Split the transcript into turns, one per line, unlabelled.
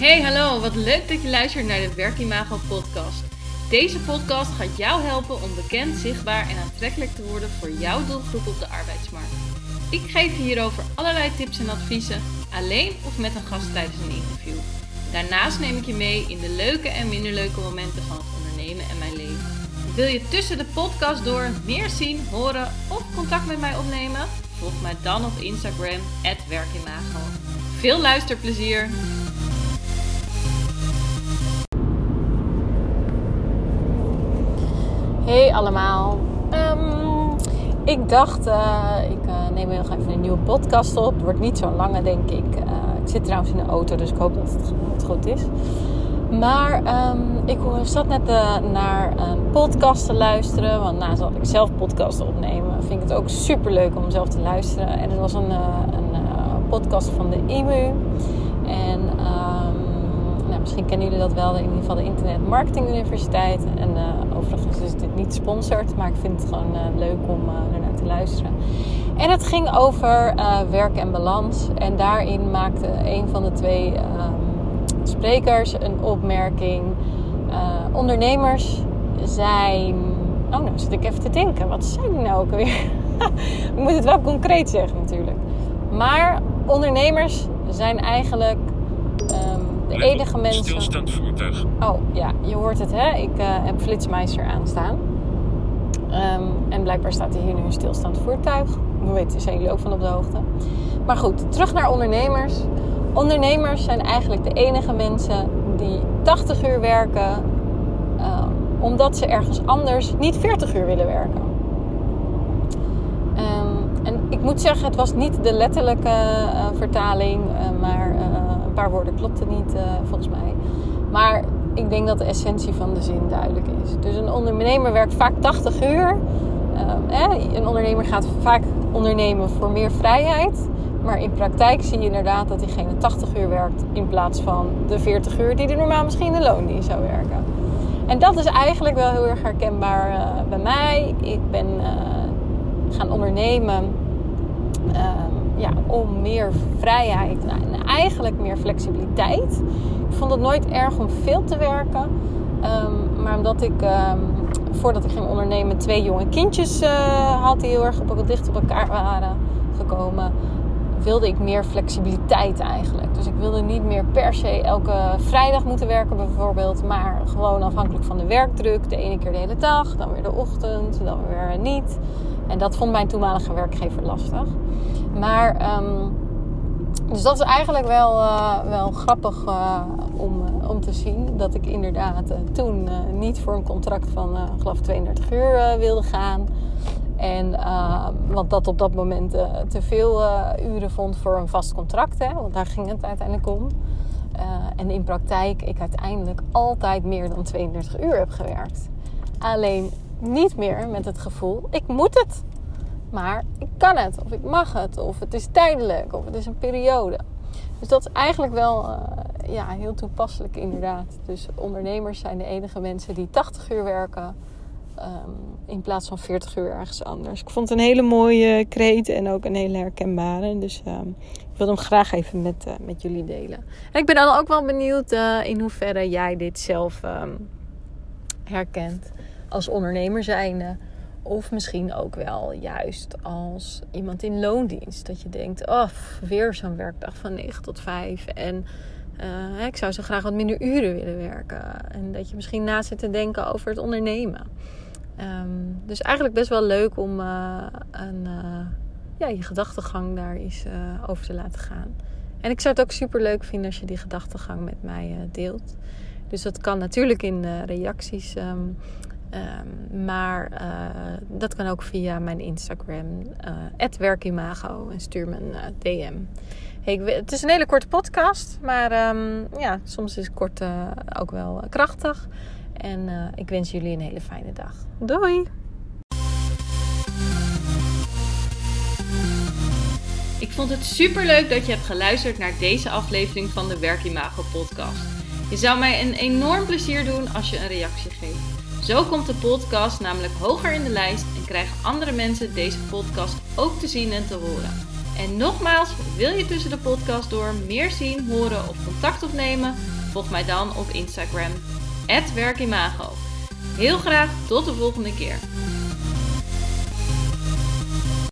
Hey, hallo, wat leuk dat je luistert naar de Werkimago podcast. Deze podcast gaat jou helpen om bekend, zichtbaar en aantrekkelijk te worden voor jouw doelgroep op de arbeidsmarkt. Ik geef je hierover allerlei tips en adviezen, alleen of met een gast tijdens een interview. Daarnaast neem ik je mee in de leuke en minder leuke momenten van het ondernemen en mijn leven. Wil je tussen de podcast door meer zien, horen of contact met mij opnemen? Volg mij dan op Instagram @werkimago. Veel luisterplezier!
Hey allemaal, ik dacht, ik neem heel even een nieuwe podcast op. Het wordt niet zo'n lange, denk ik. Ik zit trouwens in de auto, dus ik hoop dat het goed is. Maar ik zat net naar een podcast te luisteren. Want naast dat ik zelf podcasten opnemen, vind ik het ook super leuk om zelf te luisteren. En het was een podcast van de IMU. En misschien kennen jullie dat wel, in ieder geval de Internet Marketing Universiteit. En overigens is dit niet gesponsord, maar ik vind het gewoon leuk om ernaar te luisteren. En het ging over werk en balans. En daarin maakte een van de twee sprekers een opmerking. Ondernemers zijn... Oh, nou zit ik even te denken. Wat zei die nou ook alweer? Ik moet het wel concreet zeggen natuurlijk. Maar ondernemers zijn eigenlijk... de enige mensen...
Stilstaand voertuig.
Oh ja, je hoort het hè. Ik heb Flitsmeister aanstaan. En blijkbaar staat hier nu een stilstaand voertuig. We weten, zijn jullie ook van op de hoogte. Maar goed, terug naar ondernemers. Ondernemers zijn eigenlijk de enige mensen die 80 uur werken. Omdat ze ergens anders niet 40 uur willen werken. En ik moet zeggen, het was niet de letterlijke vertaling. Maar een paar woorden klopten niet volgens mij. Maar ik denk dat de essentie van de zin duidelijk is. Dus een ondernemer werkt vaak 80 uur. Een ondernemer gaat vaak ondernemen voor meer vrijheid. Maar in praktijk zie je inderdaad dat diegene 80 uur werkt in plaats van de 40 uur die er normaal misschien in de loondienst zou werken. En dat is eigenlijk wel heel erg herkenbaar bij mij. Ik ben gaan ondernemen om meer vrijheid en eigenlijk meer flexibiliteit. Ik vond het nooit erg om veel te werken. Maar omdat ik, voordat ik ging ondernemen, 2 jonge kindjes had die heel erg dicht op elkaar waren gekomen, wilde ik meer flexibiliteit eigenlijk. Dus ik wilde niet meer per se elke vrijdag moeten werken bijvoorbeeld, maar gewoon afhankelijk van de werkdruk. De ene keer de hele dag, dan weer de ochtend, dan weer niet. En dat vond mijn toenmalige werkgever lastig. Maar, dus dat is eigenlijk wel grappig om te zien. Dat ik inderdaad toen niet voor een contract van, geloof 32 uur wilde gaan. En, want dat op dat moment te veel uren vond voor een vast contract. Hè, want daar ging het uiteindelijk om. En in praktijk ik uiteindelijk altijd meer dan 32 uur heb gewerkt. Alleen niet meer met het gevoel, ik moet het. Maar ik kan het, of ik mag het, of het is tijdelijk, of het is een periode. Dus dat is eigenlijk wel heel toepasselijk inderdaad. Dus ondernemers zijn de enige mensen die 80 uur werken in plaats van 40 uur ergens anders. Ik vond het een hele mooie kreet en ook een hele herkenbare. Dus ik wil hem graag even met jullie delen. En ik ben dan ook wel benieuwd in hoeverre jij dit zelf herkent als ondernemer zijnde. Of misschien ook wel juist als iemand in loondienst. Dat je denkt, weer zo'n werkdag van 9 tot 5. En ik zou zo graag wat minder uren willen werken. En dat je misschien na zit te denken over het ondernemen. Dus eigenlijk best wel leuk om je gedachtegang daar eens over te laten gaan. En ik zou het ook super leuk vinden als je die gedachtegang met mij deelt. Dus dat kan natuurlijk in reacties... Maar dat kan ook via mijn Instagram, @werkimago, en stuur me een DM. Het is een hele korte podcast, maar soms is kort ook wel krachtig. En ik wens jullie een hele fijne dag. Doei!
Ik vond het superleuk dat je hebt geluisterd naar deze aflevering van de Werkimago podcast. Je zou mij een enorm plezier doen als je een reactie geeft. Zo komt de podcast namelijk hoger in de lijst en krijgen andere mensen deze podcast ook te zien en te horen. En nogmaals, wil je tussen de podcast door meer zien, horen of contact opnemen? Volg mij dan op Instagram, @werkimago. Heel graag tot de volgende keer.